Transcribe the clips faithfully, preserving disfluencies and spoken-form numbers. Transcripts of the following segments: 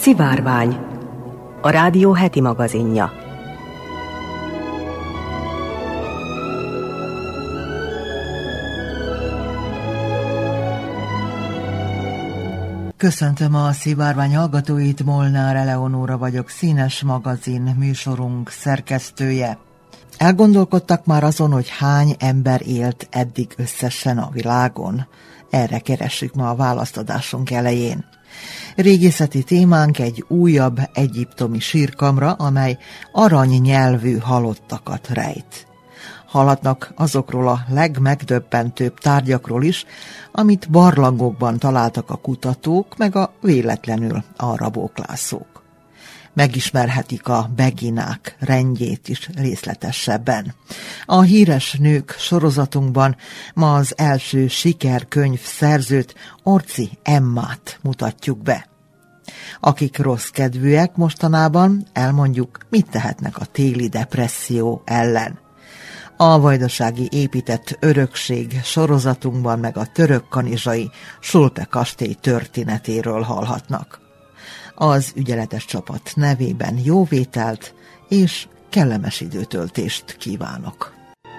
Szivárvány, a rádió heti magazinja. Köszöntöm a Szivárvány hallgatóit, Molnár Eleonóra vagyok, színes magazin műsorunk szerkesztője. Elgondolkodtak már azon, hogy hány ember élt eddig összesen a világon? Erre keressük ma a választadásunk elején. Régészeti témánk egy újabb egyiptomi sírkamra, amely aranynyelvű halottakat rejt. Hallhatnak azokról a legmegdöbbentőbb tárgyakról is, amit barlangokban találtak a kutatók, meg a véletlenül a raboklászók. Megismerhetik a beginák rendjét is részletesebben. A Híres nők sorozatunkban ma az első sikerkönyv szerzőt, Orczy Emmát mutatjuk be. Akik rossz kedvűek mostanában, elmondjuk, mit tehetnek a téli depresszió ellen. A vajdasági épített örökség sorozatunkban meg a törökkanizsai Sulpe kastély történetéről hallhatnak. Az ügyeletes csapat nevében jóvételt és kellemes időtöltést kívánok.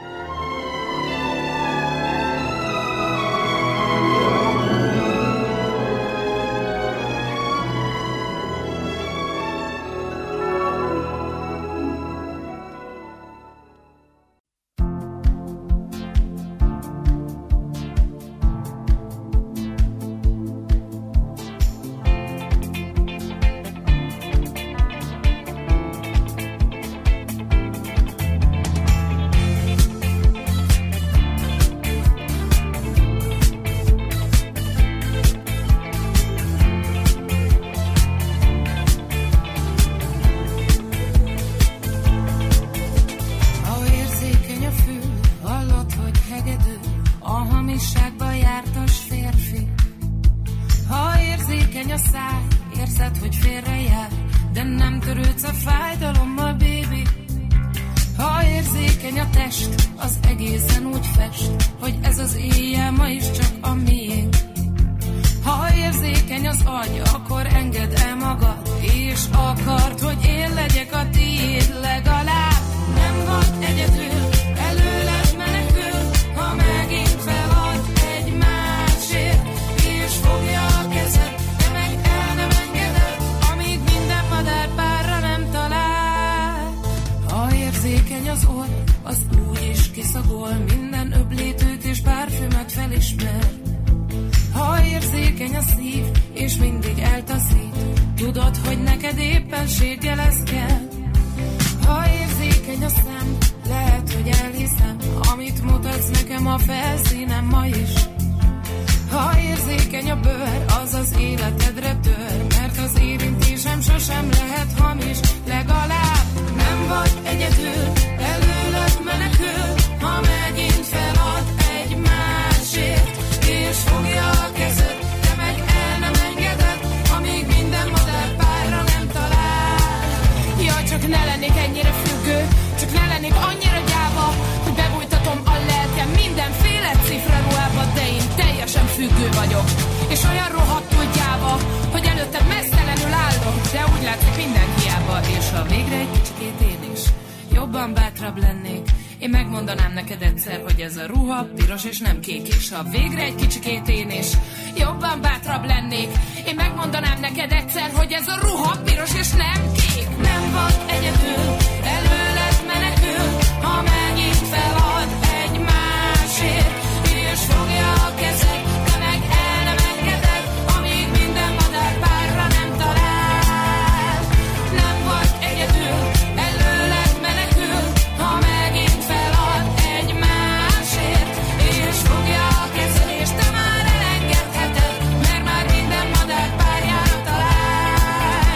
És nem kék, és ha végre egy kicsikét én is jobban bátrabb lennék, én megmondanám neked egyszer, hogy ez a ruha piros és nem kék. Nem vagy egyedül, előled menekül, ha megint felad egy másért, és fogja a kezed, de meg el nem engeded, amíg minden madár párra nem talál. Nem vagy egyedül, előled menekül, ha megint felad egy másért, és fogja a kezed, és te már elengedheted, mert már minden madár párjára talál.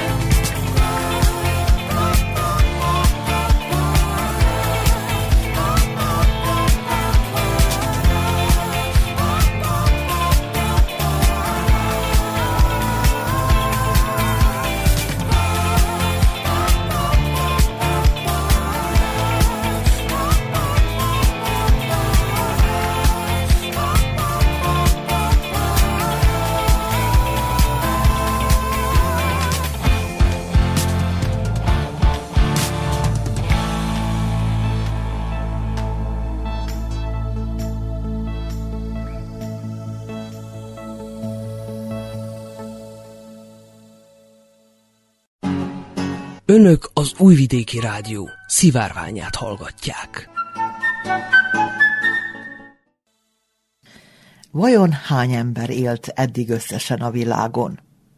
Önök az Újvidéki Rádió szivárványát hallgatják. Vajon hány ember élt eddig összesen a világon?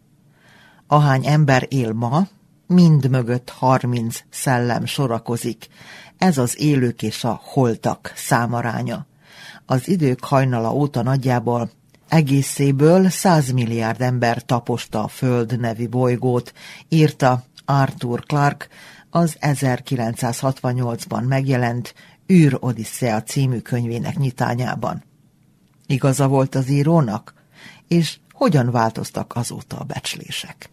Ahány ember él ma, mind mögött harminc szellem sorakozik. Ez az élők és a holtak számaránya. Az idők hajnala óta nagyjából egészéből száz milliárd ember taposta a Föld nevű bolygót, írta Arthur Clarke az ezerkilencszázhatvannyolcban megjelent űr Odisszea című könyvének nyitányában. Igaza volt az írónak? És hogyan változtak azóta a becslések?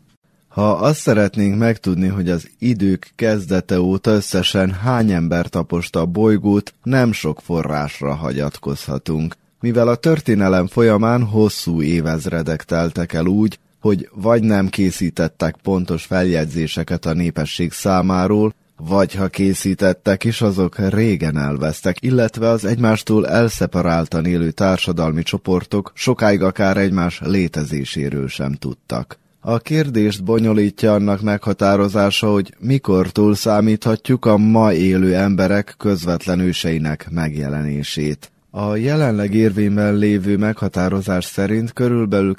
Ha azt szeretnénk megtudni, hogy az idők kezdete óta összesen hány ember taposta a bolygót, nem sok forrásra hagyatkozhatunk, mivel a történelem folyamán hosszú évezredek teltek el úgy, hogy vagy nem készítettek pontos feljegyzéseket a népesség számáról, vagy ha készítettek is, azok régen elvesztek, illetve az egymástól elszeparáltan élő társadalmi csoportok sokáig akár egymás létezéséről sem tudtak. A kérdést bonyolítja annak meghatározása, hogy mikortól számíthatjuk a ma élő emberek közvetlen őseinek megjelenését. A jelenleg érvényben lévő meghatározás szerint körülbelül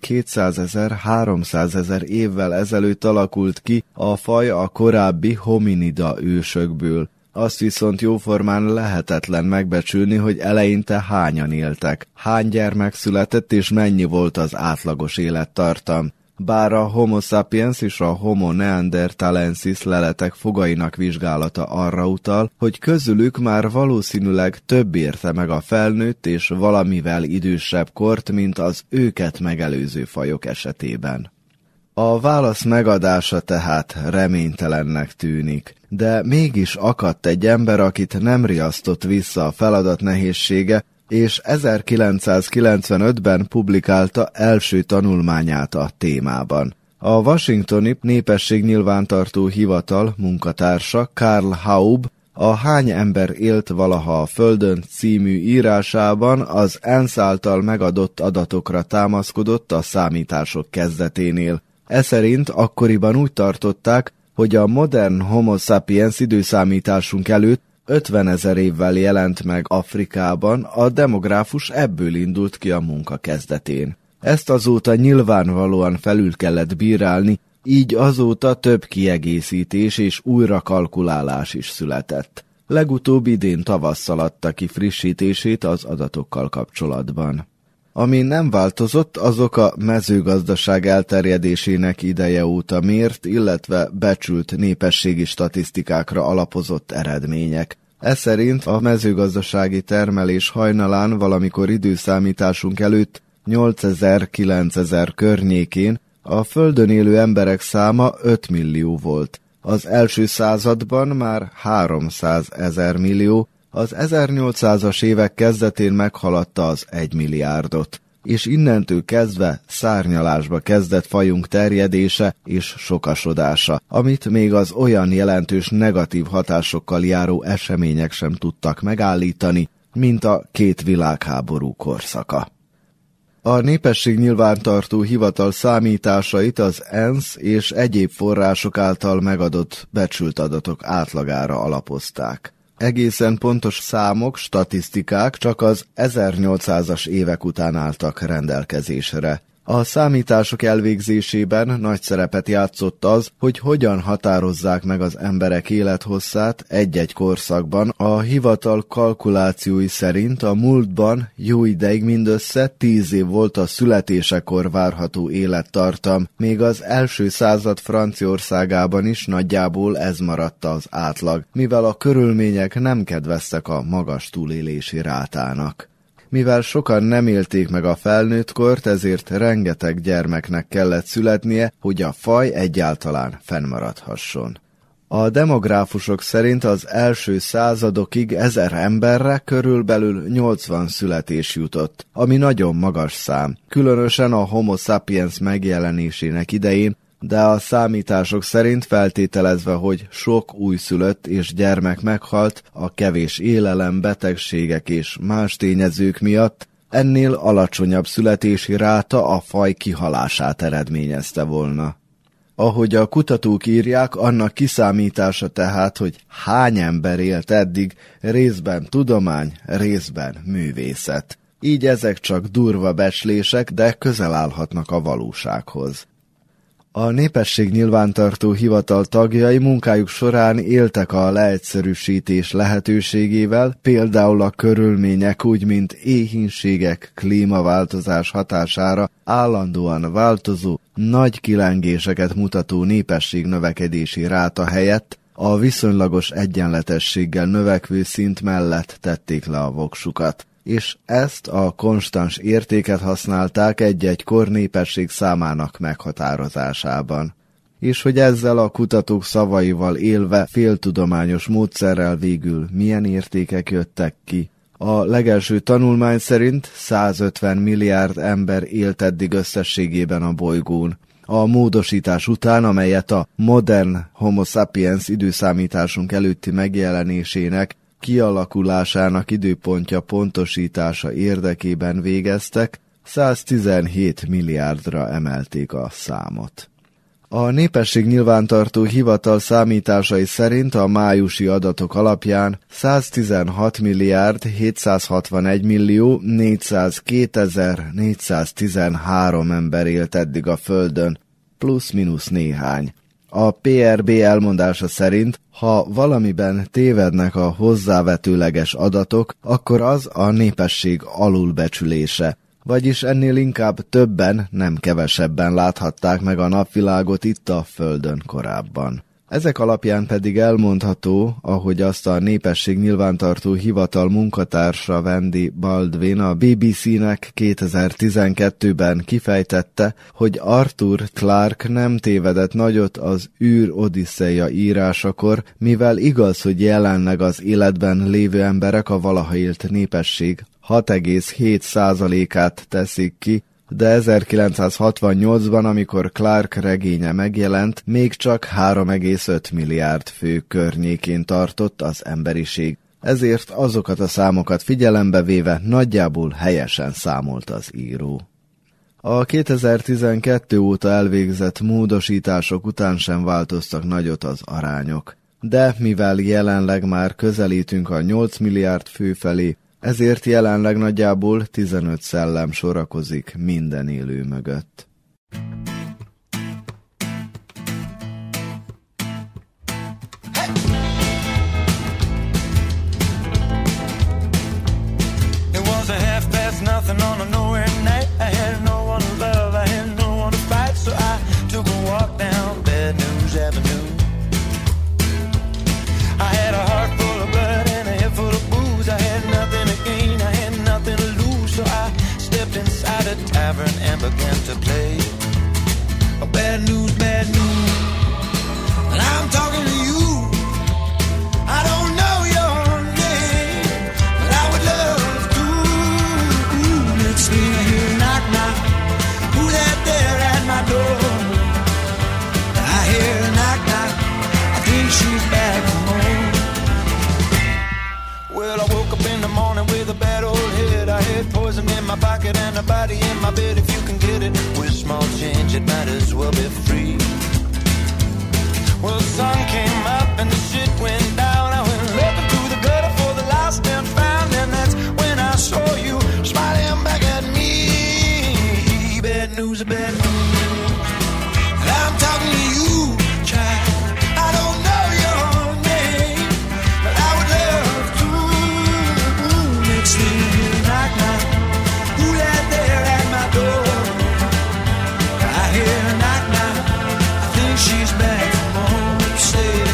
kétszázezer-háromszázezer évvel ezelőtt alakult ki a faj a korábbi hominida ősökből. Azt viszont jóformán lehetetlen megbecsülni, hogy eleinte hányan éltek, hány gyermek született és mennyi volt az átlagos élettartam. Bár a Homo sapiens és a Homo neanderthalensis leletek fogainak vizsgálata arra utal, hogy közülük már valószínűleg több érte meg a felnőtt és valamivel idősebb kort, mint az őket megelőző fajok esetében. A válasz megadása tehát reménytelennek tűnik, de mégis akadt egy ember, akit nem riasztott vissza a feladat nehézsége, és ezerkilencszázkilencvenötben publikálta első tanulmányát a témában. A Washingtoni Népességnyilvántartó Hivatal munkatársa Karl Haub a Hány ember élt valaha a Földön című írásában az ENSZ által megadott adatokra támaszkodott a számítások kezdeténél. Eszerint akkoriban úgy tartották, hogy a modern Homo sapiens időszámításunk előtt ötvenezer évvel jelent meg Afrikában, a demográfus ebből indult ki a munka kezdetén. Ezt azóta nyilvánvalóan felül kellett bírálni, így azóta több kiegészítés és újrakalkulálás is született. Legutóbb idén tavasszal adta ki frissítését az adatokkal kapcsolatban. Ami nem változott, azok a mezőgazdaság elterjedésének ideje óta mért, illetve becsült népességi statisztikákra alapozott eredmények. Ez szerint a mezőgazdasági termelés hajnalán valamikor időszámításunk előtt nyolcezer-kilencezer környékén a Földön élő emberek száma öt millió volt. Az első században már háromszázezer millió, az ezernyolcszázas évek kezdetén meghaladta az egy milliárdot, és innentől kezdve szárnyalásba kezdett fajunk terjedése és sokasodása, amit még az olyan jelentős negatív hatásokkal járó események sem tudtak megállítani, mint a két világháború korszaka. A Népességnyilvántartó Hivatal számításait az ENSZ és egyéb források által megadott becsült adatok átlagára alapozták. Egészen pontos számok, statisztikák csak az ezernyolcszázas évek után álltak rendelkezésre. A számítások elvégzésében nagy szerepet játszott az, hogy hogyan határozzák meg az emberek élethosszát egy-egy korszakban. A hivatal kalkulációi szerint a múltban jó ideig mindössze tíz év volt a születésekor várható élettartam, még az első század Franciaországában is nagyjából ez maradt az átlag, mivel a körülmények nem kedveztek a magas túlélési rátának. Mivel sokan nem élték meg a felnőttkort, ezért rengeteg gyermeknek kellett születnie, hogy a faj egyáltalán fennmaradhasson. A demográfusok szerint az első századokig ezer emberre körülbelül nyolcvan születés jutott, ami nagyon magas szám, különösen a Homo sapiens megjelenésének idején, de a számítások szerint feltételezve, hogy sok újszülött és gyermek meghalt a kevés élelem, betegségek és más tényezők miatt, ennél alacsonyabb születési ráta a faj kihalását eredményezte volna. Ahogy a kutatók írják, annak kiszámítása tehát, hogy hány ember élt eddig, részben tudomány, részben művészet. Így ezek csak durva becslések, de közel állhatnak a valósághoz. A Népesség Nyilvántartó Hivatal tagjai munkájuk során éltek a leegyszerűsítés lehetőségével, például a körülmények úgy, mint éhínségek, klímaváltozás hatására állandóan változó, nagy kilengéseket mutató népességnövekedési ráta helyett a viszonylagos egyenletességgel növekvő szint mellett tették le a voksukat, és ezt a konstans értéket használták egy-egy kor népesség számának meghatározásában. És hogy ezzel a kutatók szavaival élve féltudományos módszerrel végül milyen értékek jöttek ki. A legelső tanulmány szerint százötven milliárd ember élt eddig összességében a bolygón. A módosítás után, amelyet a modern Homo sapiens időszámításunk előtti megjelenésének kialakulásának időpontja pontosítása érdekében végeztek, száztizenhét milliárdra emelték a számot. A Népesség Nyilvántartó Hivatal számításai szerint a májusi adatok alapján száztizenhat milliárd hétszázhatvanegy millió négyszázkétezer-négyszáztizenhárom ember élt eddig a Földön, plusz-minusz néhány. A pé er bé elmondása szerint, ha valamiben tévednek a hozzávetőleges adatok, akkor az a népesség alulbecsülése, vagyis ennél inkább többen, nem kevesebben láthatták meg a napvilágot itt a Földön korábban. Ezek alapján pedig elmondható, ahogy azt a Népesség Nyilvántartó Hivatal munkatársa Wendy Baldwin a bé bé cé-nek kétezer-tizenkettőben kifejtette, hogy Arthur Clarke nem tévedett nagyot az űr Odüsszeia írásakor, mivel igaz, hogy jelenleg az életben lévő emberek a valaha élt népesség hat egész hét százalékát teszik ki, de ezerkilencszázhatvannyolcban, amikor Clarke regénye megjelent, még csak három egész öt milliárd fő környékén tartott az emberiség. Ezért azokat a számokat figyelembe véve nagyjából helyesen számolt az író. A kétezer-tizenkettő óta elvégzett módosítások után sem változtak nagyot az arányok. De mivel jelenleg már közelítünk a nyolc milliárd fő felé, ezért jelenleg nagyjából tizenöt szellem sorakozik minden élő mögött. Tavern and began to play a bad news, bad news. And I'm talking to you. I don't know your name, but I would love to. Next thing I hear a knock, knock. Who's that there at my door? I hear a knock, knock. I think she's back from home. Well, I woke up in the morning with a bad old head. I had poison in my pocket and a body in my bed. If you can get it with small change, it might as well be free. Well, the sun came up and the shit went down. I went looking through the gutter for the lost and found, and that's when I saw you smiling back at me. Bad news, bad news. And I'm talking to you, child. I don't know your name, but I would love to. Next thing you hear, knock, knock. Who that there at my door? I hear a knock, knock. I think she's back from home. Say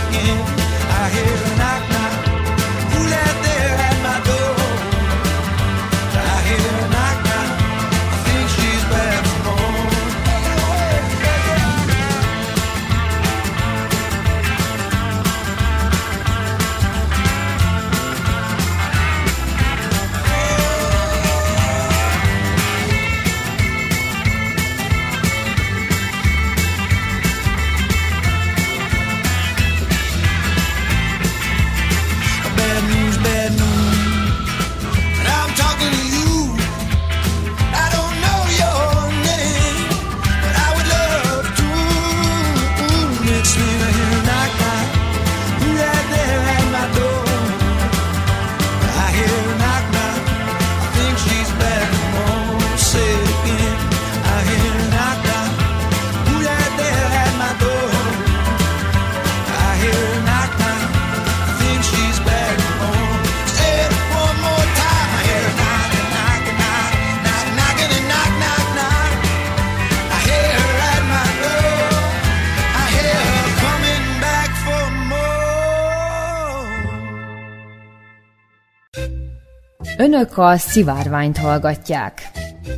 Önök a Szivárványt hallgatják.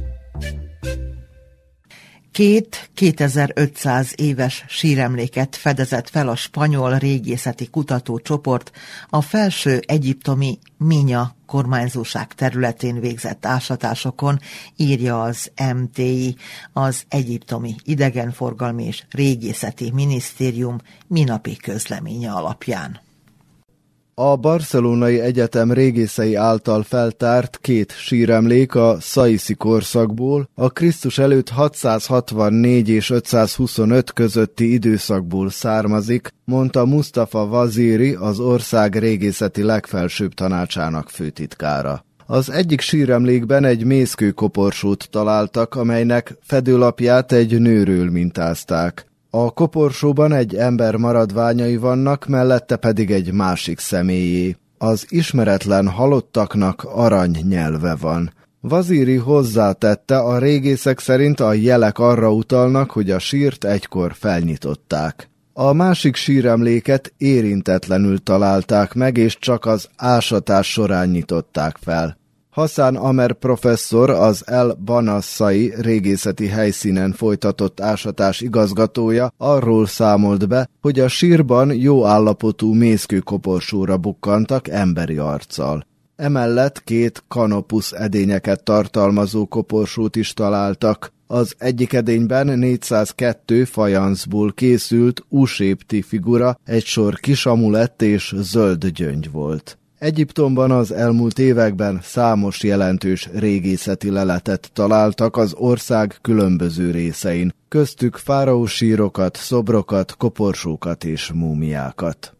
Két kétezer-ötszáz éves síremléket fedezett fel a spanyol régészeti kutatócsoport a felső egyiptomi Minya kormányzóság területén végzett ásatásokon, írja az em té i, az Egyiptomi Idegenforgalmi és Régészeti Minisztérium minapi közleménye alapján. A Barcelonai Egyetem régészei által feltárt két síremlék a szaiszi korszakból, a Krisztus előtt hatszázhatvannégy és ötszázhuszonöt közötti időszakból származik, mondta Mustafa Vaziri, az ország régészeti legfelsőbb tanácsának főtitkára. Az egyik síremlékben egy mészkőkoporsót találtak, amelynek fedőlapját egy nőről mintázták. A koporsóban egy ember maradványai vannak, mellette pedig egy másik személyé. Az ismeretlen halottaknak arany nyelve van. Vaziri hozzátette, a régészek szerint a jelek arra utalnak, hogy a sírt egykor felnyitották. A másik síremléket érintetlenül találták meg, és csak az ásatás során nyitották fel. Hassan Amer professzor, az El Banassai régészeti helyszínen folytatott ásatás igazgatója arról számolt be, hogy a sírban jó állapotú mészkőkoporsóra bukkantak emberi arccal. Emellett két Canopus edényeket tartalmazó koporsót is találtak. Az egyik edényben négyszázkettő fajanszból készült U-shaped figura, egy sor kis amulett és zöld gyöngy volt. Egyiptomban az elmúlt években számos jelentős régészeti leletet találtak az ország különböző részein, köztük fáraósírokat, szobrokat, koporsókat és múmiákat.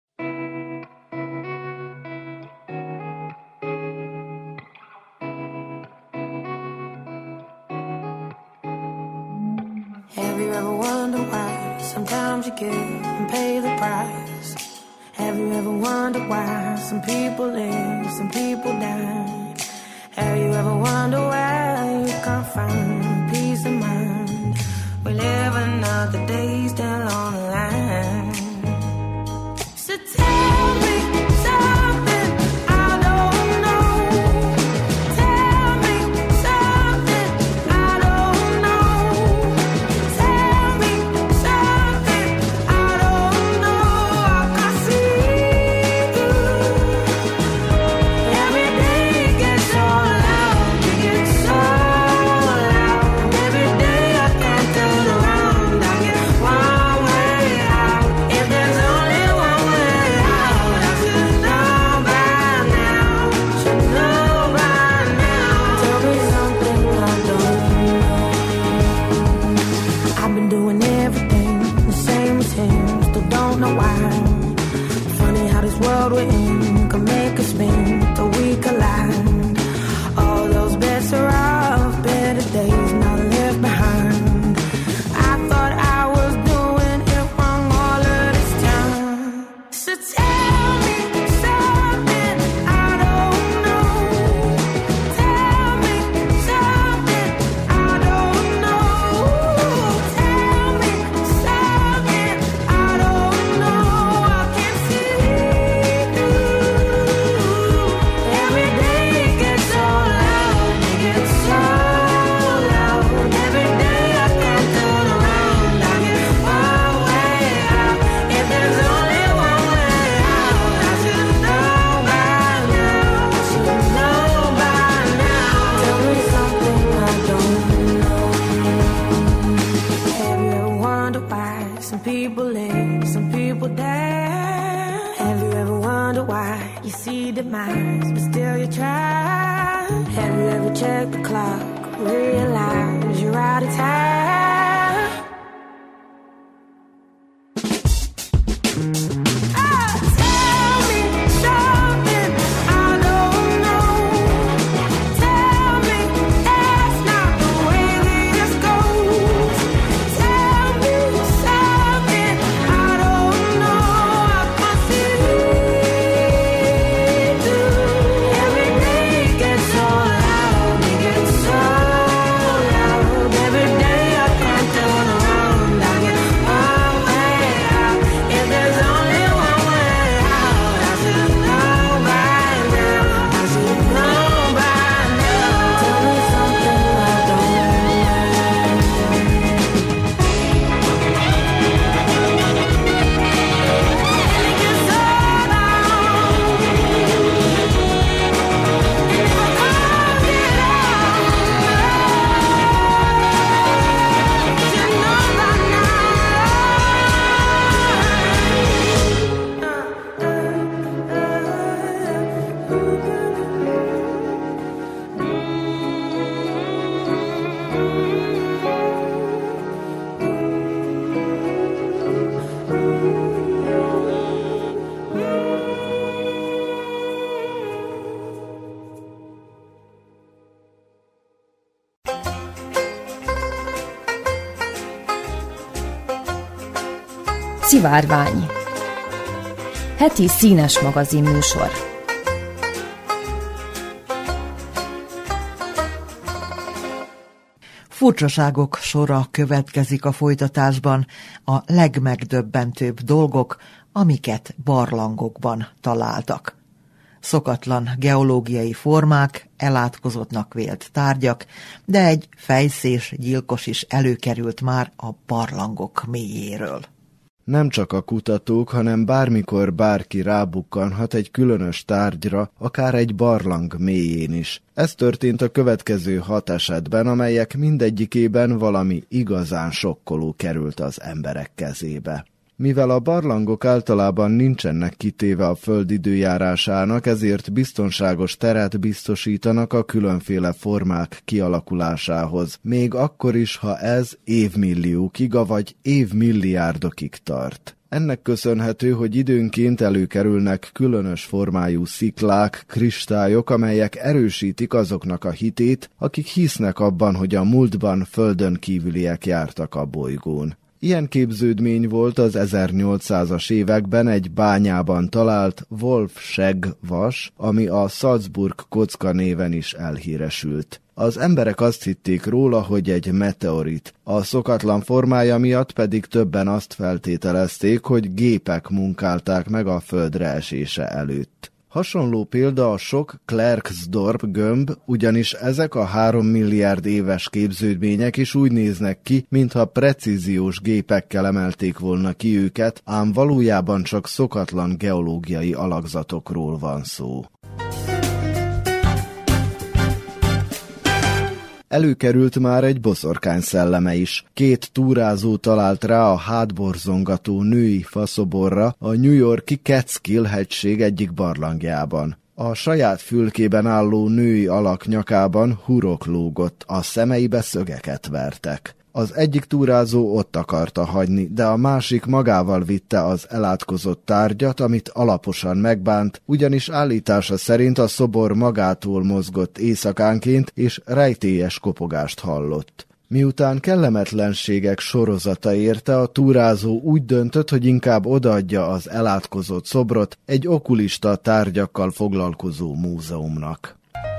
Have you ever wondered why sometimes you give and pay the price? Have you ever wondered why some people live, some people die? Have you ever wondered why you can't find peace of mind? We live another day still on the line. So tell me something I don't know. Tell me something I don't know. Tell me something I don't know. I can see every day it gets so loud, it gets so loud. Every day I can't turn around, I get one way out. If there's only one way out, I should know by now, should know by now. Tell me something I don't know. I've been doing everything the same as him, still don't know why. Funny how this world we're in can make us spin till we collide. All those bets are off, better days not left behind. I thought I was doing it wrong all of this time. So tell me something I don't know. Tell me something I don't know. Tell me something I don't know. I can see every day it gets so loud, it gets so loud. Every day I can't turn around, I get one way out. If there's only one way out, I should know by now, should know by now. Tell me something I don't know. Have you ever wondered why some people live, some people die? Have you ever wondered why you see demise, but still you try? Have you ever checked the clock, realize you're out of time? Ah, tell me something I don't know. Tell me that's not the way this goes. Tell me something I don't know. I can see every day it gets so loud, it gets so loud. Every day I can't turn around, I get one way out. If there's only Szivárvány. Heti színes magazinműsor. Furcsaságok sora következik a folytatásban, a legmegdöbbentőbb dolgok, amiket barlangokban találtak. Szokatlan geológiai formák, elátkozottnak vélt tárgyak, de egy fejszés gyilkos is előkerült már a barlangok mélyéről. Nem csak a kutatók, hanem bármikor bárki rábukkanhat egy különös tárgyra, akár egy barlang mélyén is. Ez történt a következő hat esetben, amelyek mindegyikében valami igazán sokkoló került az emberek kezébe. Mivel a barlangok általában nincsenek kitéve a föld időjárásának, ezért biztonságos teret biztosítanak a különféle formák kialakulásához, még akkor is, ha ez évmilliókig, vagy évmilliárdokig tart. Ennek köszönhető, hogy időnként előkerülnek különös formájú sziklák, kristályok, amelyek erősítik azoknak a hitét, akik hisznek abban, hogy a múltban földön kívüliek jártak a bolygón. Ilyen képződmény volt az ezernyolcszázas években egy bányában talált Wolfsegg vas, ami a Salzburg kocka néven is elhíresült. Az emberek azt hitték róla, hogy egy meteorit, a szokatlan formája miatt pedig többen azt feltételezték, hogy gépek munkálták meg a földre esése előtt. Hasonló példa a sok Klerksdorp gömb, ugyanis ezek a három milliárd éves képződmények is úgy néznek ki, mintha precíziós gépekkel emelték volna ki őket, ám valójában csak szokatlan geológiai alakzatokról van szó. Előkerült már egy boszorkány szelleme is. Két túrázó talált rá a hátborzongató női faszoborra a New York-i Catskill hegység egyik barlangjában. A saját fülkében álló női alak nyakában hurok lógott, a szemeibe szögeket vertek. Az egyik túrázó ott akarta hagyni, de a másik magával vitte az elátkozott tárgyat, amit alaposan megbánt, ugyanis állítása szerint a szobor magától mozgott éjszakánként, és rejtélyes kopogást hallott. Miután kellemetlenségek sorozata érte, a túrázó úgy döntött, hogy inkább odaadja az elátkozott szobrot egy okulista tárgyakkal foglalkozó múzeumnak.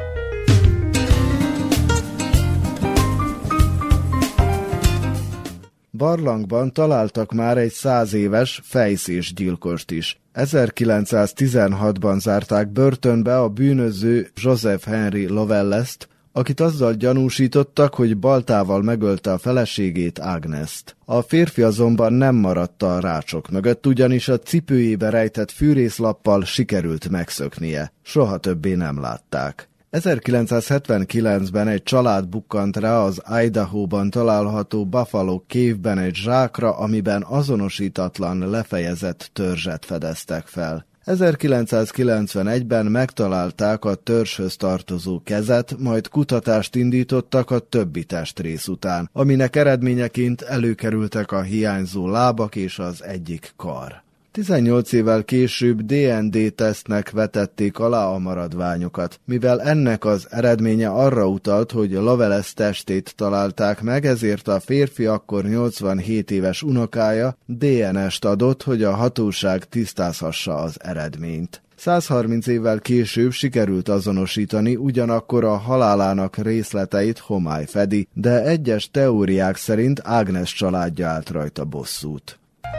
Barlangban találtak már egy száz éves fejszés gyilkost is. ezerkilencszáztizenhatban zárták börtönbe a bűnöző Joseph Henry Lovellest, akit azzal gyanúsítottak, hogy baltával megölte a feleségét, Agnest. A férfi azonban nem maradt a rácsok mögött, ugyanis a cipőjébe rejtett fűrészlappal sikerült megszöknie. Soha többé nem látták. ezerkilencszázhetvenkilencben egy család bukkant rá az Idaho-ban található Buffalo Cave-ben egy zsákra, amiben azonosítatlan lefejezett törzset fedeztek fel. ezerkilencszázkilencvenegyben megtalálták a törzshöz tartozó kezet, majd kutatást indítottak a többi testrész után, aminek eredményeként előkerültek a hiányzó lábak és az egyik kar. tizennyolc évvel később dé en dé-tesztnek vetették alá a maradványokat. Mivel ennek az eredménye arra utalt, hogy Lovellest testét találták meg, ezért a férfi akkor nyolcvanhét éves unokája dé en est adott, hogy a hatóság tisztázhassa az eredményt. százharminc évvel később sikerült azonosítani, ugyanakkor a halálának részleteit homály fedi, de egyes teóriák szerint Agnes családja állt rajta bosszút.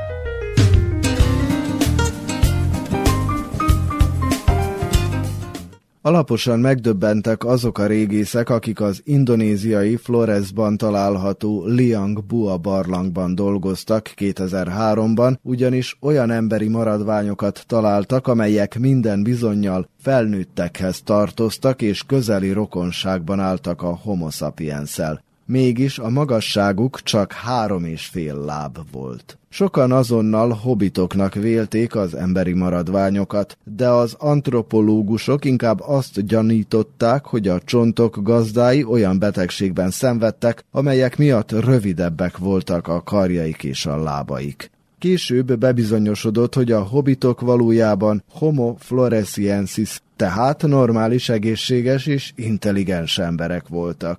Alaposan megdöbbentek azok a régészek, akik az indonéziai Floresban található Liang Bua barlangban dolgoztak kétezer-háromban, ugyanis olyan emberi maradványokat találtak, amelyek minden bizonnyal felnőttekhez tartoztak és közeli rokonságban álltak a Homo sapienssel. Mégis a magasságuk csak három és fél láb volt. Sokan azonnal hobbitoknak vélték az emberi maradványokat, de az antropológusok inkább azt gyanították, hogy a csontok gazdái olyan betegségben szenvedtek, amelyek miatt rövidebbek voltak a karjaik és a lábaik. Később bebizonyosodott, hogy a hobbitok valójában Homo floresiensis, tehát normális, egészséges és intelligens emberek voltak.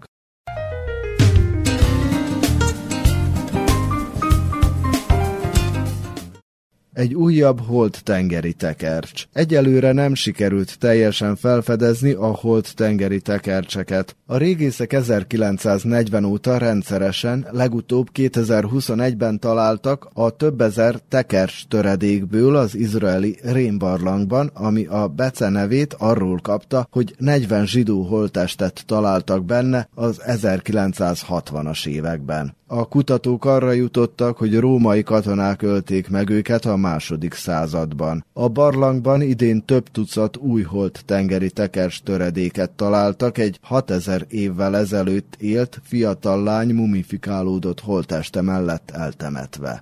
egy újabb holdtengeri tekercs. Egyelőre nem sikerült teljesen felfedezni a holdtengeri tekercseket. A régészek ezerkilencszáznegyven óta rendszeresen, legutóbb kétezer-huszonegyben találtak a több ezer tekercs töredékből az izraeli Rén-barlangban, ami a Bece nevét arról kapta, hogy negyven zsidó holttestet találtak benne az ezerkilencszázhatvanas években. A kutatók arra jutottak, hogy római katonák ölték meg őket a második században. A barlangban idén több tucat új holdtengeri tekercs töredéket találtak egy hatezer évvel ezelőtt élt fiatal lány mumifikálódott holtteste mellett eltemetve.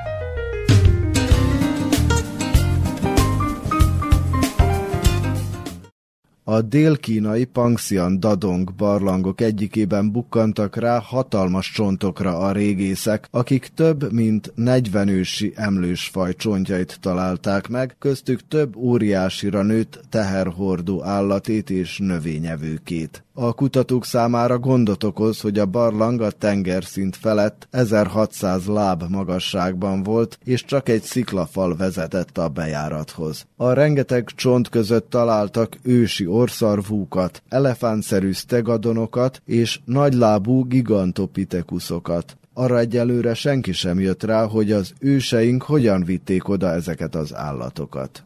A dél-kínai Pangxian Dadong barlangok egyikében bukkantak rá hatalmas csontokra a régészek, akik több mint negyven ősi emlősfaj csontjait találták meg, köztük több óriásira nőtt teherhordó állatét és növényevőkét. A kutatók számára gondot okoz, hogy a barlang a tengerszint felett ezerhatszáz láb magasságban volt, és csak egy sziklafal vezetett a bejárathoz. A rengeteg csont között találtak ősi orszarvúkat, elefántszerű stegadonokat és nagylábú gigantopitekuszokat. Arra egyelőre senki sem jött rá, hogy az őseink hogyan vitték oda ezeket az állatokat.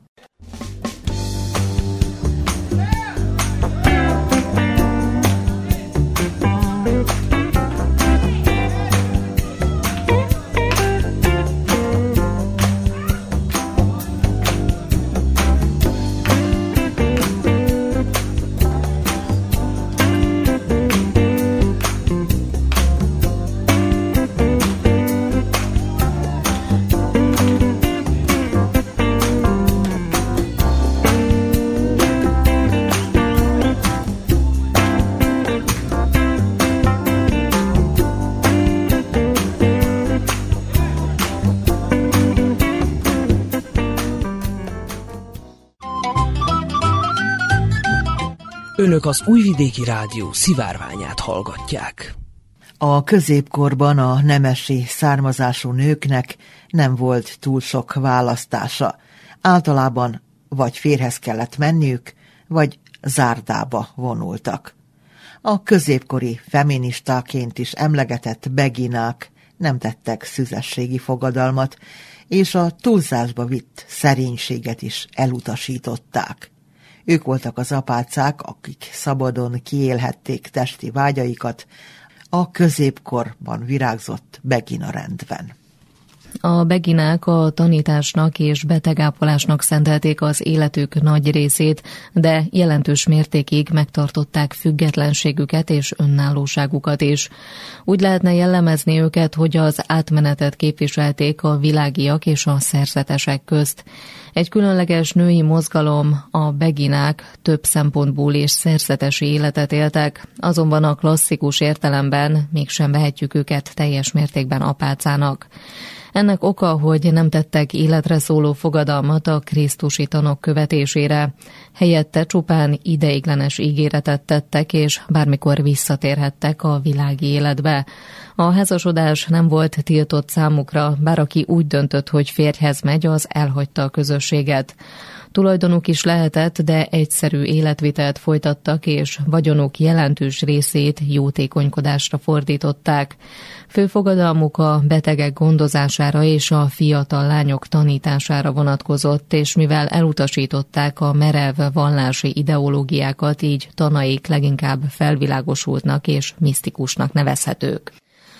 Önök az Újvidéki Rádió szivárványát hallgatják. A középkorban a nemesi származású nőknek nem volt túl sok választása. Általában vagy férjhez kellett menniük, vagy zárdába vonultak. A középkori feministáként is emlegetett beginák nem tettek szüzességi fogadalmat, és a túlzásba vitt szerénységet is elutasították. Ők voltak az apácák, akik szabadon kiélhették testi vágyaikat a középkorban virágzott begina rendben. A beginák a tanításnak és betegápolásnak szentelték az életük nagy részét, de jelentős mértékig megtartották függetlenségüket és önállóságukat is. Úgy lehetne jellemezni őket, hogy az átmenetet képviselték a világiak és a szerzetesek közt. Egy különleges női mozgalom, a beginák több szempontból és szerzetesi életet éltek, azonban a klasszikus értelemben mégsem vehetjük őket teljes mértékben apácának. Ennek oka, hogy nem tettek életre szóló fogadalmat a krisztusi tanok követésére. Helyette csupán ideiglenes ígéretet tettek, és bármikor visszatérhettek a világi életbe. A házasodás nem volt tiltott számukra, bár aki úgy döntött, hogy férjhez megy, az elhagyta a közösséget. Tulajdonuk is lehetett, de egyszerű életvitelt folytattak, és vagyonuk jelentős részét jótékonykodásra fordították. Fő fogadalmuk a betegek gondozására és a fiatal lányok tanítására vonatkozott, és mivel elutasították a merev vallási ideológiákat, így tanaik leginkább felvilágosultnak és misztikusnak nevezhetők.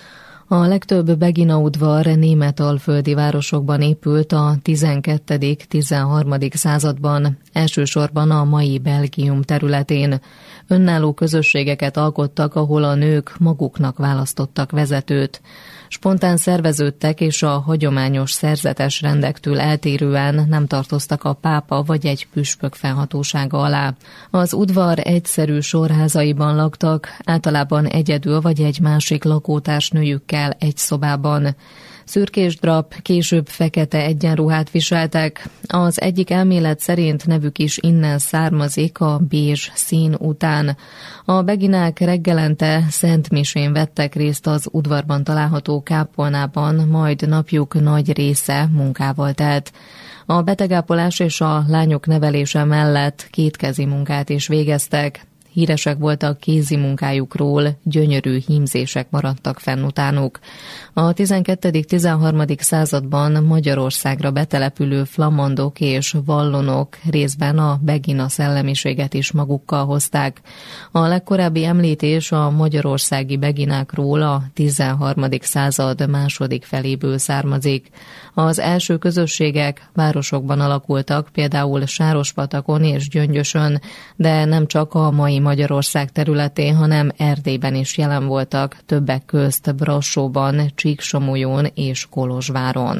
A legtöbb begina udvar német alföldi városokban épült a tizenkettedik-tizenharmadik században, elsősorban a mai Belgium területén. Önálló közösségeket alkottak, ahol a nők maguknak választottak vezetőt. Spontán szerveződtek, és a hagyományos szerzetes rendektől eltérően nem tartoztak a pápa vagy egy püspök fennhatósága alá. Az udvar egyszerű sorházaiban laktak, általában egyedül vagy egy másik lakótársnőjükkel egy szobában. Szürkés drap, később fekete egyenruhát viseltek. Az egyik elmélet szerint nevük is innen származik, a bézs szín után. A beginák reggelente szentmisén vettek részt az udvarban található kápolnában, majd napjuk nagy része munkával telt. A betegápolás és a lányok nevelése mellett kétkezi munkát is végeztek. Híresek voltak kézi munkájukról, gyönyörű hímzések maradtak fenn utánuk. A tizenkettedik-tizenharmadik században Magyarországra betelepülő flamandok és vallonok részben a begina szellemiséget is magukkal hozták. A legkorábbi említés a magyarországi beginákról a tizenharmadik század második feléből származik. Az első közösségek városokban alakultak, például Sárospatakon és Gyöngyösön, de nem csak a mai Magyarország területén, hanem Erdélyben is jelen voltak, többek közt Brassóban, Csíksomolyon és Kolozsváron.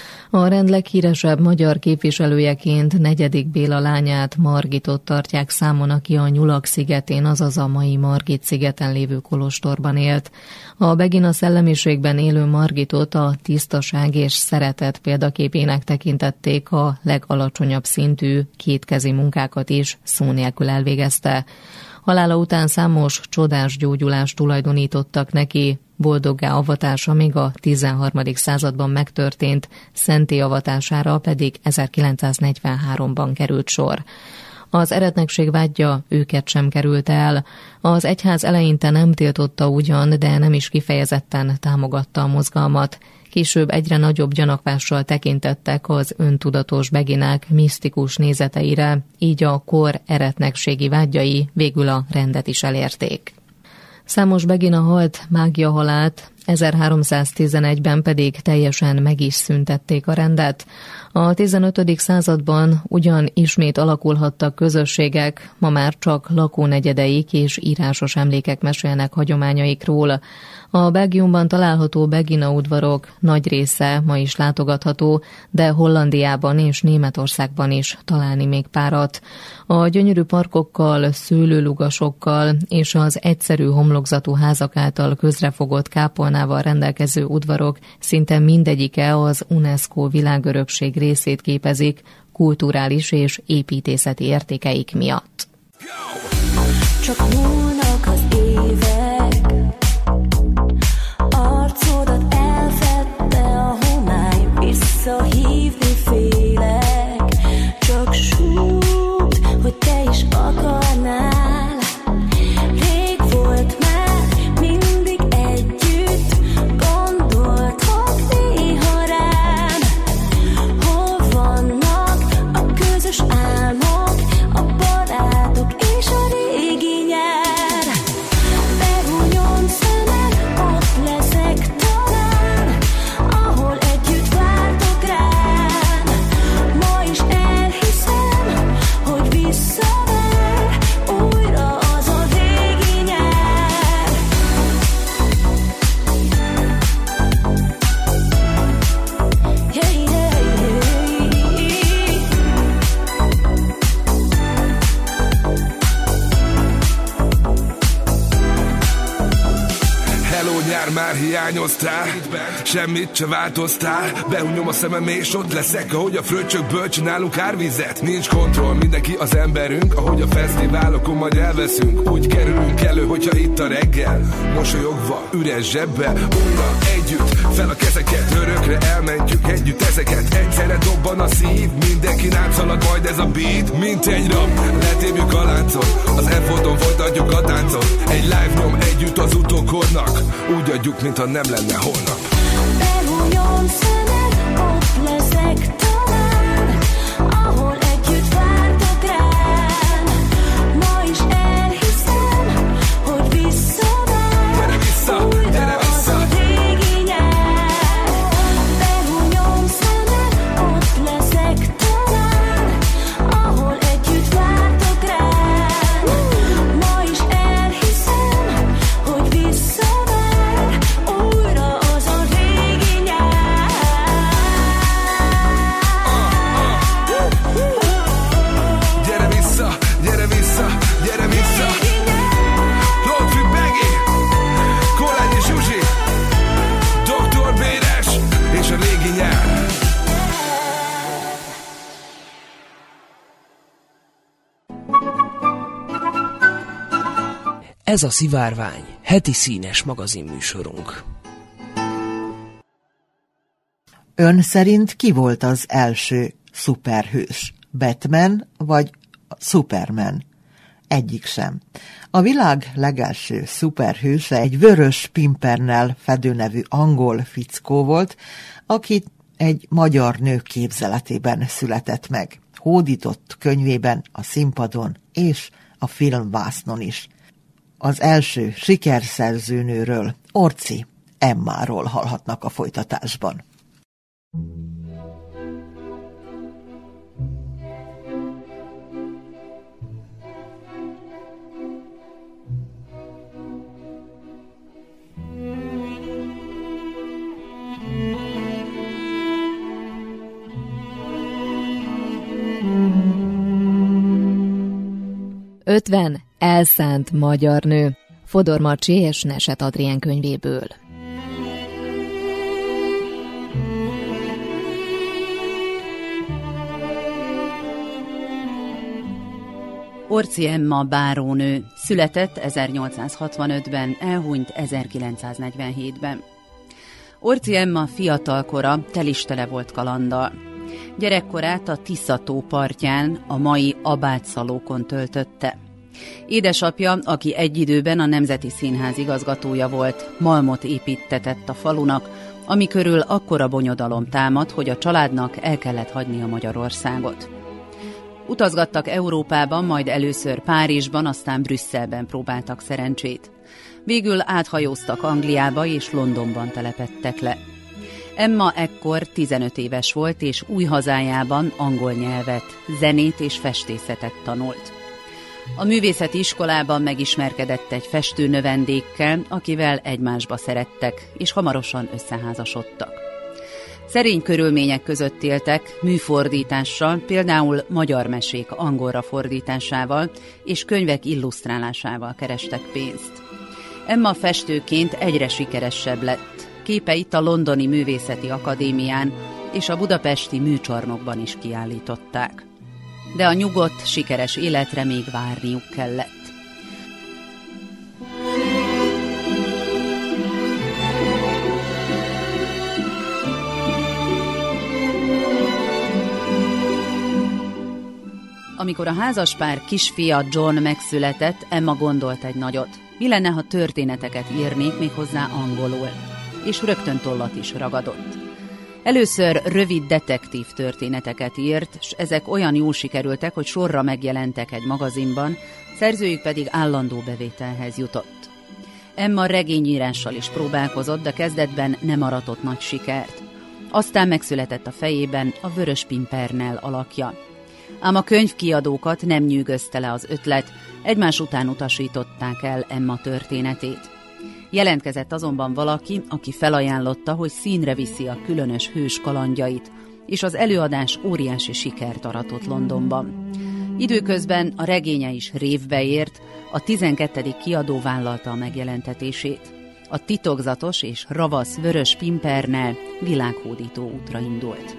A rend leghíresebb magyar képviselőjeként negyedik Béla lányát, Margitot tartják számon, aki a Nyulak szigetén, azaz a mai Margit szigeten lévő kolostorban élt. A begina szellemiségben élő Margitot a tisztaság és szeretet példaképének tekintették, a legalacsonyabb szintű kétkezi munkákat is szó nélkül elvégezte. Halála után számos csodás gyógyulást tulajdonítottak neki, boldoggá avatása még a tizenharmadik században megtörtént, szentté avatására pedig ezerkilencszáznegyvenháromban került sor. Az eretnekség vágya őket sem került el. Az egyház eleinte nem tiltotta ugyan, de nem is kifejezetten támogatta a mozgalmat. Később egyre nagyobb gyanakvással tekintettek az öntudatos beginák misztikus nézeteire, így a kor eretnekségi vágyai végül a rendet is elérték. Számos begina halt mágia halált, ezerháromszáztizenegyben pedig teljesen meg is szüntették a rendet. A tizenötödik században ugyan ismét alakulhattak közösségek, ma már csak lakónegyedeik és írásos emlékek mesélnek hagyományaikról. A Belgiumban található begina udvarok nagy része ma is látogatható, de Hollandiában és Németországban is találni még párat. A gyönyörű parkokkal, szőlőlugasokkal és az egyszerű homlokzatú házak által közrefogott kápolnával rendelkező udvarok szinte mindegyike az UNESCO világörökség részét képezik kulturális és építészeti értékeik miatt. Csak múlnak az évek, arcodat elfedte a homály, visszahívni félek, csak súgd, hogy te is akarnál. Rég volt már mindig együtt, gondoltok néha rám. Hol vannak a közös álmok, a barátok és a régi nyár? Behúnyom szemed, ott leszek talán, ahol együtt vártok rám. Ma is elhiszem, hogy visszaver újra az a régi nyár. Hey, hey, hey. Hello nyár, már hiányoztál, semmit se változtál. Behunyom a szemem és ott leszek, ahogy a fröccsökből csinálunk árvizet. Nincs kontroll, mindenki az emberünk, ahogy a fesztiválokon majd elveszünk. Úgy kerülünk elő, hogyha itt a reggel, mosolyogva, üres zsebbel. Újra együtt, fel a kezeket, örökre elmentjük együtt ezeket. Egyszerre dobban a szív, mindenki átszalad majd ez a beat. Mint egy rab, letépjük a láncot, az F-oldon folytatjuk a táncot. Egy live nyom együtt az utókornak, úgy adjuk, mintha nem lenne holnap. Behúnyom szemed, ott leszek talán, ahol együtt vártok rám. Ma is elhiszem, hogy visszaver Gyere vissza, újra gyere az vissza. a régi nyár. Behúnyom szemed, ott leszek talán, ahol együtt vártok rám. Ma is elhiszem, hogy visszaver újra az a régi nyár. Ez a Szivárvány heti színes magazinműsorunk. Ön szerint ki volt az első szuperhős? Batman vagy Superman? Egyik sem. A világ legelső szuperhőse egy vörös pimpernel fedőnevű angol fickó volt, aki egy magyar nő képzeletében született meg. Hódított könyvében, a színpadon és a filmvásznon is. Az első sikerszerző nőről, Orczy Emmáról hallhatnak a folytatásban. ötven elszánt magyar nő. Fodor Marcsi és Neset Adrien könyvéből. Orczy Emma bárónő, született ezernyolcszázhatvanötben, elhunyt ezerkilencszáznegyvenhétben. Orczy Emma fiatalkora telistele volt kalanddal. Gyerekkorát a Tisza-tó partján, a mai Abátszalókon töltötte. Édesapja, aki egy időben a Nemzeti Színház igazgatója volt, malmot építtetett a falunak, ami körül akkora bonyodalom támad, hogy a családnak el kellett hagynia Magyarországot. Utazgattak Európában, majd először Párizsban, aztán Brüsszelben próbáltak szerencsét. Végül áthajóztak Angliába és Londonban telepedtek le. Emma ekkor tizenöt éves volt, és új hazájában angol nyelvet, zenét és festészetet tanult. A művészeti iskolában megismerkedett egy festőnövendékkel, akivel egymásba szerettek, és hamarosan összeházasodtak. Szerény körülmények között éltek, műfordítással, például magyar mesék angolra fordításával és könyvek illusztrálásával kerestek pénzt. Emma festőként egyre sikeresebb lett. Képeit a Londoni Művészeti Akadémián és a budapesti műcsarnokban is kiállították. De a nyugodt, sikeres életre még várniuk kellett. Amikor a házaspár kisfia John megszületett, Emma gondolt egy nagyot. Mi lenne, ha történeteket írnék, méghozzá angolul? És rögtön tollat is ragadott. Először rövid detektív történeteket írt, s ezek olyan jól sikerültek, hogy sorra megjelentek egy magazinban, szerzőjük pedig állandó bevételhez jutott. Emma regényírással is próbálkozott, de kezdetben nem aratott nagy sikert. Aztán megszületett a fejében a Vörös Pimpernel alakja. Ám a könyvkiadókat nem nyűgözte le az ötlet, egymás után utasították el Emma történetét. Jelentkezett azonban valaki, aki felajánlotta, hogy színre viszi a különös hős kalandjait, és az előadás óriási sikert aratott Londonban. Időközben a regénye is révbe ért, a tizenkettedik kiadó vállalta a megjelentetését. A titokzatos és ravasz Vörös Pimpernel világhódító útra indult.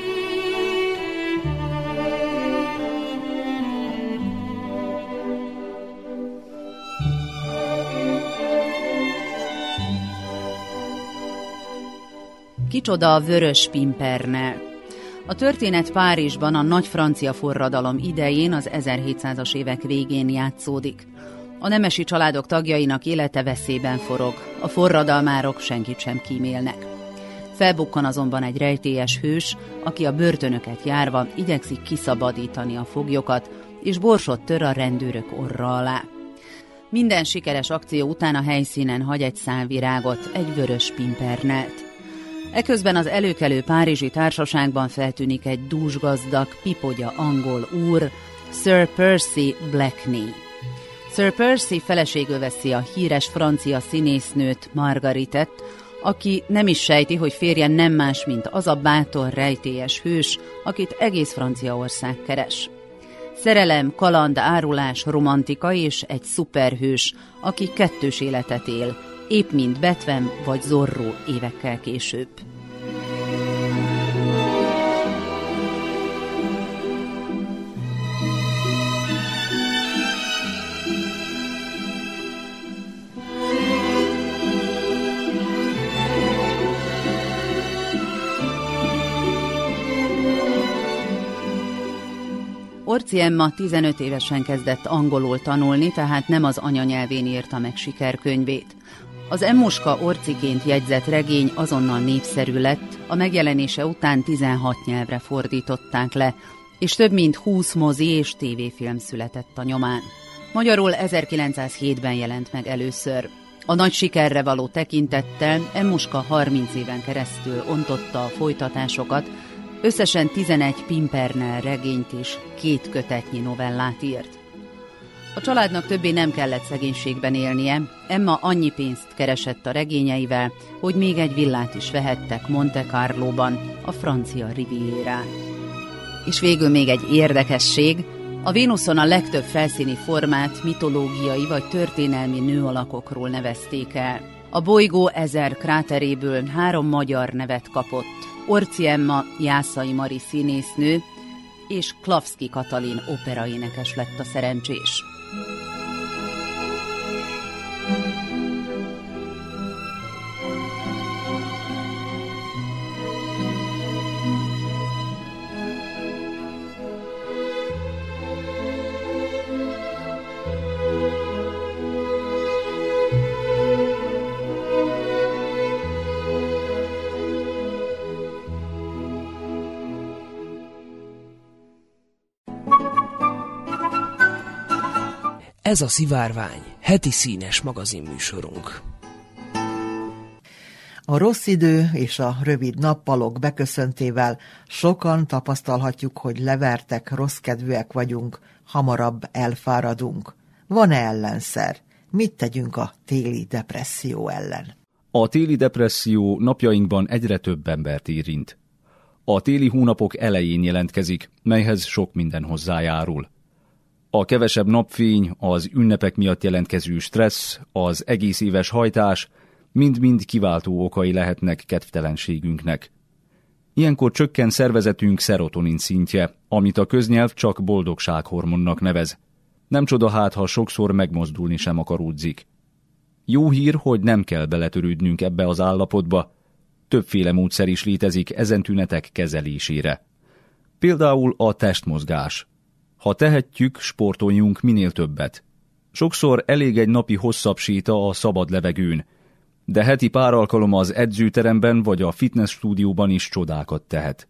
Kicsoda a Vörös Pimpernel? A történet Párizsban a nagy francia forradalom idején, az ezerhétszázas évek végén játszódik. A nemesi családok tagjainak élete veszélyben forog, a forradalmárok senkit sem kímélnek. Felbukkan azonban egy rejtélyes hős, aki a börtönöket járva igyekszik kiszabadítani a foglyokat, és borsot tör a rendőrök orra alá. Minden sikeres akció után a helyszínen hagy egy szál virágot, egy vörös pimpernelt. Eközben az előkelő párizsi társaságban feltűnik egy dúsgazdag, pipogya angol úr, Sir Percy Blakeney. Sir Percy feleségül veszi a híres francia színésznőt, Margaritet, aki nem is sejti, hogy férje nem más, mint az a bátor, rejtélyes hős, akit egész Franciaország keres. Szerelem, kaland, árulás, romantika és egy szuperhős, aki kettős életet él, épp mint Batman vagy Zorro évekkel később. Orczy Emma tizenöt évesen kezdett angolul tanulni, tehát nem az anyanyelvén írta meg sikerkönyvét. Az Emmuska Orciként jegyzett regény azonnal népszerű lett, a megjelenése után tizenhat nyelvre fordították le, és több mint húsz mozi és tévéfilm született a nyomán. Magyarul ezerkilencszázhétben jelent meg először. A nagy sikerre való tekintettel Emmuska harminc éven keresztül ontotta a folytatásokat, összesen tizenegy Pimpernel regényt és két kötetnyi novellát írt. A családnak többé nem kellett szegénységben élnie, Emma annyi pénzt keresett a regényeivel, hogy még egy villát is vehettek Monte Carlóban, a francia Rivierán. És végül még egy érdekesség, a Vénuszon a legtöbb felszíni formát mitológiai vagy történelmi nőalakokról nevezték el. A bolygó ezer kráteréből három magyar nevet kapott. Orczy Emma Jászai Mari színésznő és Klavszky Katalin operaénekes lett a szerencsés. Ez a Szivárvány, heti színes magazinműsorunk. A rossz idő és a rövid nappalok beköszöntével sokan tapasztalhatjuk, hogy levertek, rosszkedvűek vagyunk, hamarabb elfáradunk. Van-e ellenszer? Mit tegyünk a téli depresszió ellen? A téli depresszió napjainkban egyre több embert érint. A téli hónapok elején jelentkezik, melyhez sok minden hozzájárul. A kevesebb napfény, az ünnepek miatt jelentkező stressz, az egész éves hajtás mind-mind kiváltó okai lehetnek kedvtelenségünknek. Ilyenkor csökken szervezetünk szerotonin szintje, amit a köznyelv csak boldogsághormonnak nevez. Nem csoda hát, ha sokszor megmozdulni sem akaródzik. Jó hír, hogy nem kell beletörődnünk ebbe az állapotba. Többféle módszer is létezik ezen tünetek kezelésére. Például a testmozgás. Ha tehetjük, sportoljunk minél többet. Sokszor elég egy napi hosszabb séta a szabad levegőn, de heti pár alkalom az edzőteremben vagy a fitness stúdióban is csodákat tehet.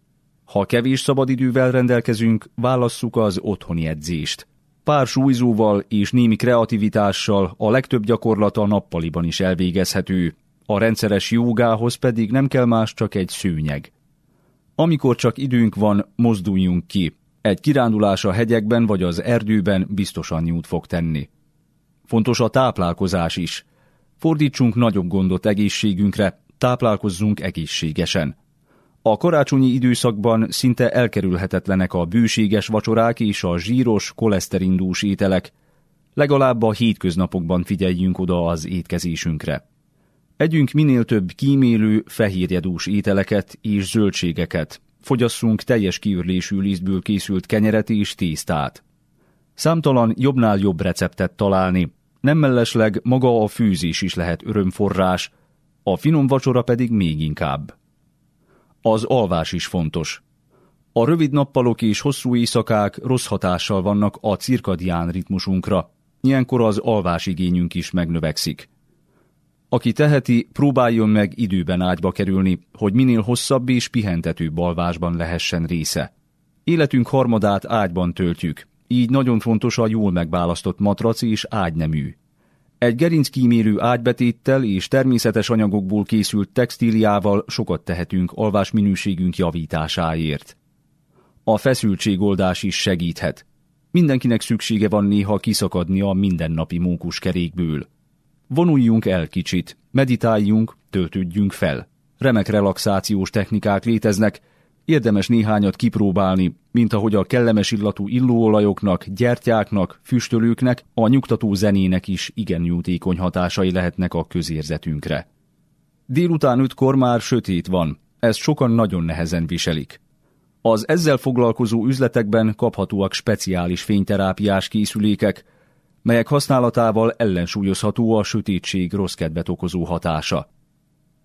Ha kevés szabadidővel rendelkezünk, válasszuk az otthoni edzést. Pár súlyzóval és némi kreativitással a legtöbb gyakorlat a nappaliban is elvégezhető, a rendszeres jógához pedig nem kell más, csak egy szőnyeg. Amikor csak időnk van, mozduljunk ki. Egy kirándulás a hegyekben vagy az erdőben biztosan jót fog tenni. Fontos a táplálkozás is. Fordítsunk nagyobb gondot egészségünkre, táplálkozzunk egészségesen. A karácsonyi időszakban szinte elkerülhetetlenek a bőséges vacsorák és a zsíros, koleszterindús ételek. Legalább a hétköznapokban figyeljünk oda az étkezésünkre. Együnk minél több kímélő, fehérjedús ételeket és zöldségeket. Fogyasszunk teljes kiürlésű lisztből készült kenyeret és tésztát. Számtalan jobbnál jobb receptet találni, nem mellesleg maga a főzés is lehet örömforrás, a finom vacsora pedig még inkább. Az alvás is fontos. A rövid nappalok és hosszú éjszakák rossz hatással vannak a cirkadián ritmusunkra, ilyenkor az alvásigényünk is megnövekszik. Aki teheti, próbáljon meg időben ágyba kerülni, hogy minél hosszabb és pihentetőbb alvásban lehessen része. Életünk harmadát ágyban töltjük, így nagyon fontos a jól megválasztott matrac és ágynemű. Egy gerinckímérő ágybetéttel és természetes anyagokból készült textíliával sokat tehetünk alvásminőségünk javításáért. A feszültségoldás is segíthet. Mindenkinek szüksége van néha kiszakadni a mindennapi mókuskerékből. Vonuljunk el kicsit, meditáljunk, töltődjünk fel. Remek relaxációs technikák léteznek, érdemes néhányat kipróbálni, mint ahogy a kellemes illatú illóolajoknak, gyertyáknak, füstölőknek, a nyugtató zenének is igen jótékony hatásai lehetnek a közérzetünkre. Délután ötkor már sötét van, ezt sokan nagyon nehezen viselik. Az ezzel foglalkozó üzletekben kaphatóak speciális fényterápiás készülékek, melyek használatával ellensúlyozható a sötétség rossz kedvet okozó hatása.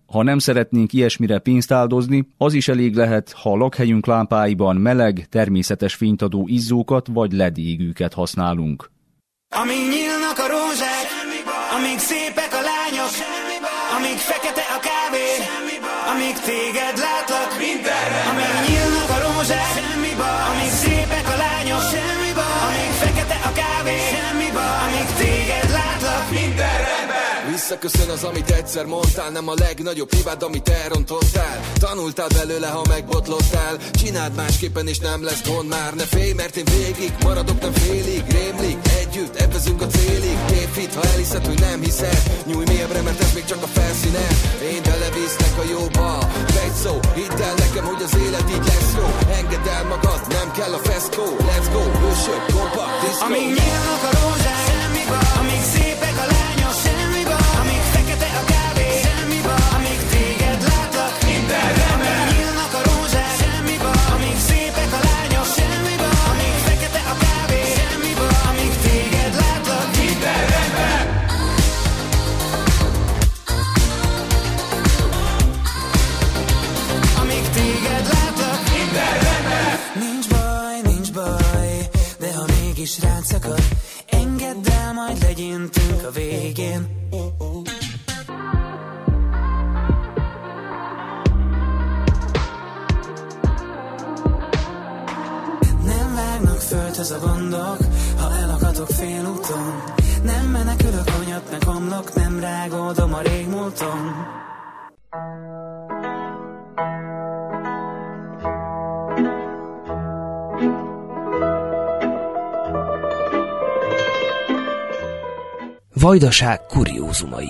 Ha nem szeretnénk ilyesmire pénzt áldozni, az is elég lehet, ha a lakhelyünk lámpáiban meleg, természetes fényt adó izzókat vagy ledégűket használunk. Amíg nyílnak a rózsák, amíg szépek a lányok, amíg fekete a kávé, amíg téged látlak, amíg nyílnak a rózsák, amíg szépek a lányok, amíg fekete a kávé, amíg téged látlak, minden rendben. Visszaköszön az, amit egyszer mondtál, nem a legnagyobb hibád, amit elrontottál. Tanultál belőle, ha megbotlottál. Csináld másképpen, és nem lesz gond már. Ne félj, mert én végig maradok, nem félig. Rémlik, együtt, ebbezünk a célig. Tévhit, ha elhiszed, hogy nem hiszed. Nyújj mélyebbre, mert ez még csak a felszínen. Én belevisznek a jóba. Egy szó, hidd el nekem, hogy az élet így lesz jó. Engedd el magad, nem kell a feszkó. Let's go, hősök, kompakt, diszkó. Amíg nyílnak a rózsák, semmiba, amíg szépek a lányok, semmiba, amíg fekete a kávé, semmiba, amíg téged látlak, minden rendben. Amíg nyílnak a rózsák, semmiba, amíg szépek a lányok, semmiba, amíg fekete a kávé, semmiba, amíg téged látlak, minden rendben. Amíg téged látlak, minden rendben. Nincs baj, nincs baj, de ha mégis rád szakad, engedd el, majd legyintünk a végén. Nem vágnak földhöz a gondok, ha elakadok félúton. Nem menekülök, hanyatnak omlok, nem rágódom a régmúlton. Vajdaság kuriózumai.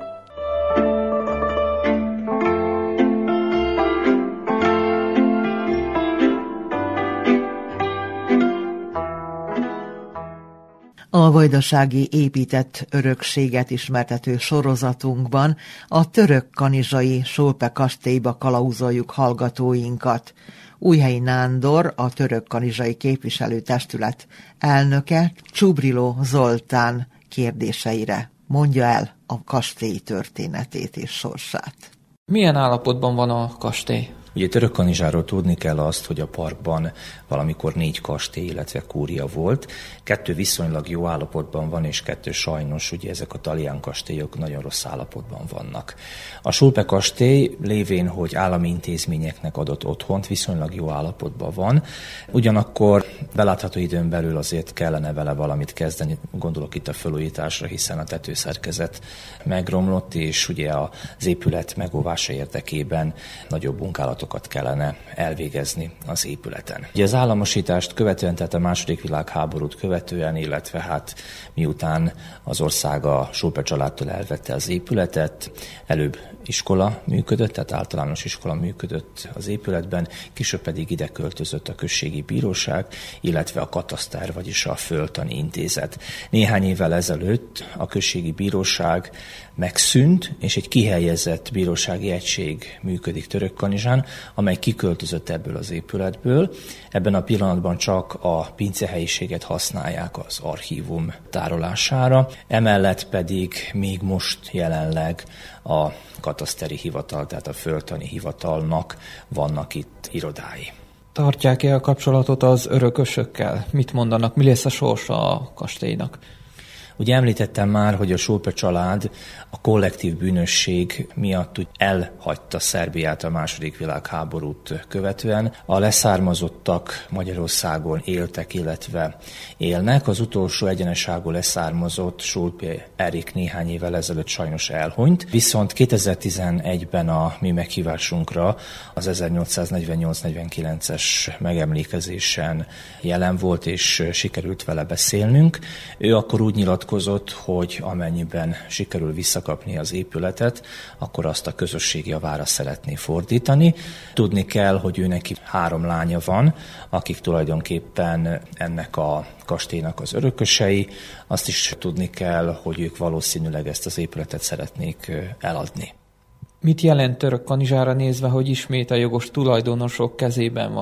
A vajdasági épített örökséget ismertető sorozatunkban a törökkanizsai Sulpe kastélyba kalauzoljuk hallgatóinkat. Újhelyi Nándor, a törökkanizsai képviselőtestület elnöke, Csubriló Zoltán kérdéseire mondja el a kastély történetét és sorsát. Milyen állapotban van a kastély? Ugye Törökkanizsáról tudni kell azt, hogy a parkban valamikor négy kastély, illetve kúria volt. Kettő viszonylag jó állapotban van, és kettő sajnos, ugye ezek a talián kastélyok nagyon rossz állapotban vannak. A Sulpe kastély lévén, hogy állami intézményeknek adott otthont, viszonylag jó állapotban van. Ugyanakkor belátható időn belül azért kellene vele valamit kezdeni, gondolok itt a felújításra, hiszen a tetőszerkezet megromlott, és ugye az épület megóvása érdekében nagyobb munkálatokat kellene elvégezni az épületen. Ugye az államosítást követően, tehát a második világháborút követően, illetve hát miután az ország a Sulpe családtól elvette az épületet, előbb iskola működött, tehát általános iskola működött az épületben, később pedig ide költözött a községi bíróság, illetve a kataszter, vagyis a földtani intézet. Néhány évvel ezelőtt a községi bíróság megszűnt, és egy kihelyezett bírósági egység működik Törökkanizsán, amely kiköltözött ebből az épületből. Ebben a pillanatban csak a pincehelyiséget használják az archívum tárolására, emellett pedig még most jelenleg a kataszteri hivatal, tehát a földtani hivatalnak vannak itt irodái. Tartják-e a kapcsolatot az örökösökkel? Mit mondanak? Mi lesz a sorsa a kastélynak? Ugye említettem már, hogy a Sulpe család a kollektív bűnösség miatt úgy elhagyta Szerbiát a második világháborút követően. A leszármazottak Magyarországon éltek, illetve élnek. Az utolsó egyeneságú leszármazott Sulpe Erik néhány évvel ezelőtt sajnos elhunyt. Viszont kétezer-tizenegyben a mi meghívásunkra az ezernyolcszáznegyvennyolc negyvenkilences megemlékezésen jelen volt, és sikerült vele beszélnünk. Ő akkor úgy nyilatkozott, hogy amennyiben sikerül visszakapni az épületet, akkor azt a közösség javára szeretné fordítani. Tudni kell, hogy ő neki három lánya van, akik tulajdonképpen ennek a kastélynak az örökösei. Azt is tudni kell, hogy ők valószínűleg ezt az épületet szeretnék eladni. Mit jelent Törökkanizsára nézve, hogy ismét a jogos tulajdonosok kezében van?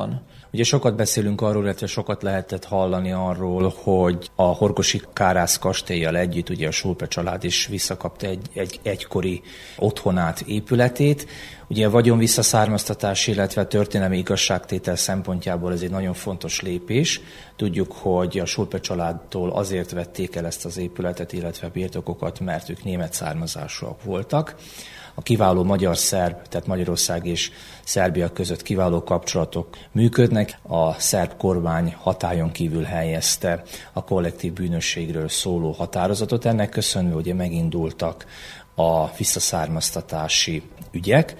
Ugye sokat beszélünk arról, illetve sokat lehetett hallani arról, hogy a Horgosi Kárász kastéllyal együtt ugye a Sulpe család is visszakapta egy, egy egykori otthonát, épületét. Ugye a vagyon visszaszármaztatás, illetve a történelmi igazságtétel szempontjából ez egy nagyon fontos lépés. Tudjuk, hogy a Sulpe családtól azért vették el ezt az épületet, illetve birtokokat, mert ők német származásúak voltak. A kiváló magyar-szerb, tehát Magyarország és Szerbia között kiváló kapcsolatok működnek. A szerb kormány hatályon kívül helyezte a kollektív bűnösségről szóló határozatot. Ennek köszönve ugye megindultak a visszaszármaztatási ügyek,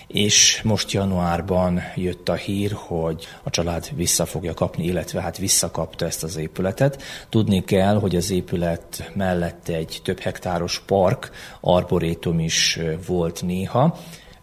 és most januárban jött a hír, hogy a család vissza fogja kapni, illetve hát visszakapta ezt az épületet. Tudni kell, hogy az épület mellett egy több hektáros park, arborétum is volt néha,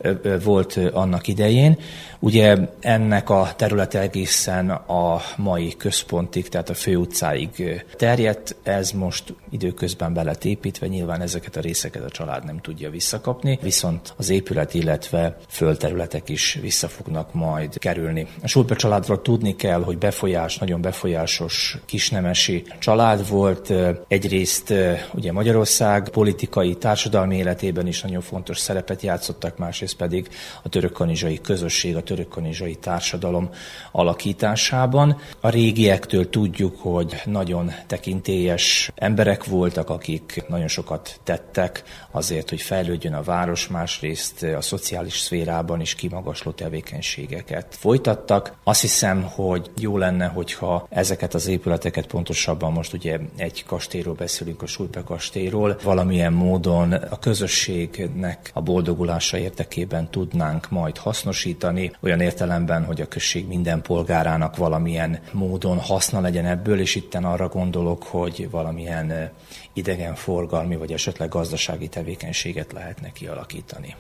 volt annak idején. Ugye ennek a területe egészen a mai központig, tehát a főutcáig terjedt, ez most időközben be lett építve, nyilván ezeket a részeket a család nem tudja visszakapni, viszont az épület, illetve földterületek is vissza fognak majd kerülni. A Sulpe családról tudni kell, hogy befolyás, nagyon befolyásos kisnemesi család volt. Egyrészt ugye Magyarország politikai, társadalmi életében is nagyon fontos szerepet játszottak, másrészt pedig a törökkanizsai közösség, a törökkanizsai társadalom alakításában. A régiektől tudjuk, hogy nagyon tekintélyes emberek voltak, akik nagyon sokat tettek azért, hogy fejlődjön a város, másrészt a szociális szférában is kimagasló tevékenységeket folytattak. Azt hiszem, hogy jó lenne, hogyha ezeket az épületeket, pontosabban most ugye egy kastélyról beszélünk, a Sulpe kastélyról, valamilyen módon a közösségnek a boldogulása érdekében tudnánk majd hasznosítani, olyan értelemben, hogy a község minden polgárának valamilyen módon haszna legyen ebből, és itten arra gondolok, hogy valamilyen idegenforgalmi vagy esetleg gazdasági tevékenységet lehetne kialakítani.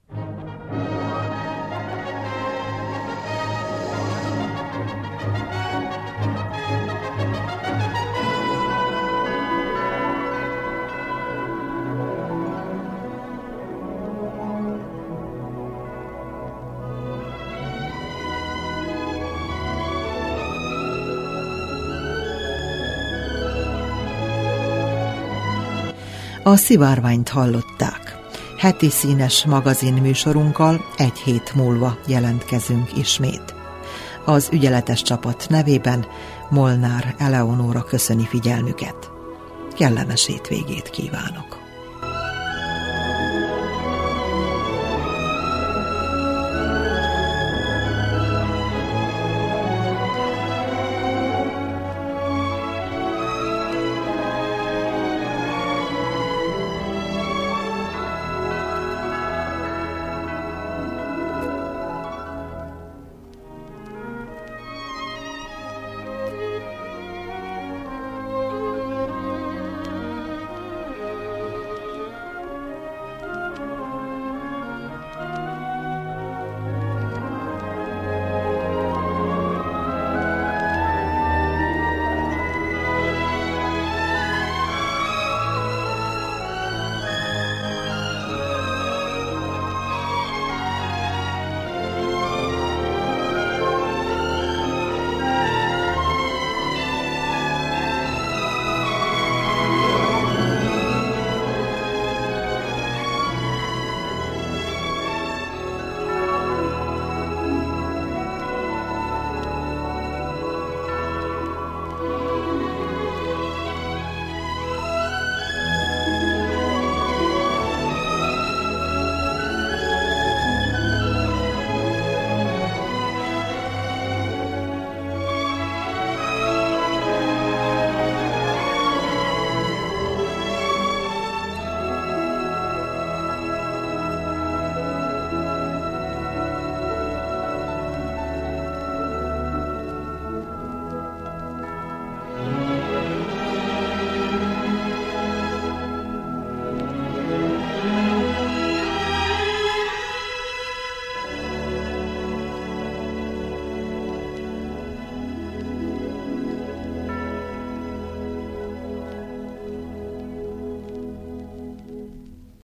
A Szivárványt hallották. Heti színes magazin műsorunkkal egy hét múlva jelentkezünk ismét. Az ügyeletes csapat nevében Molnár Eleonóra köszöni figyelmüket. Kellemes hétvégét kívánok!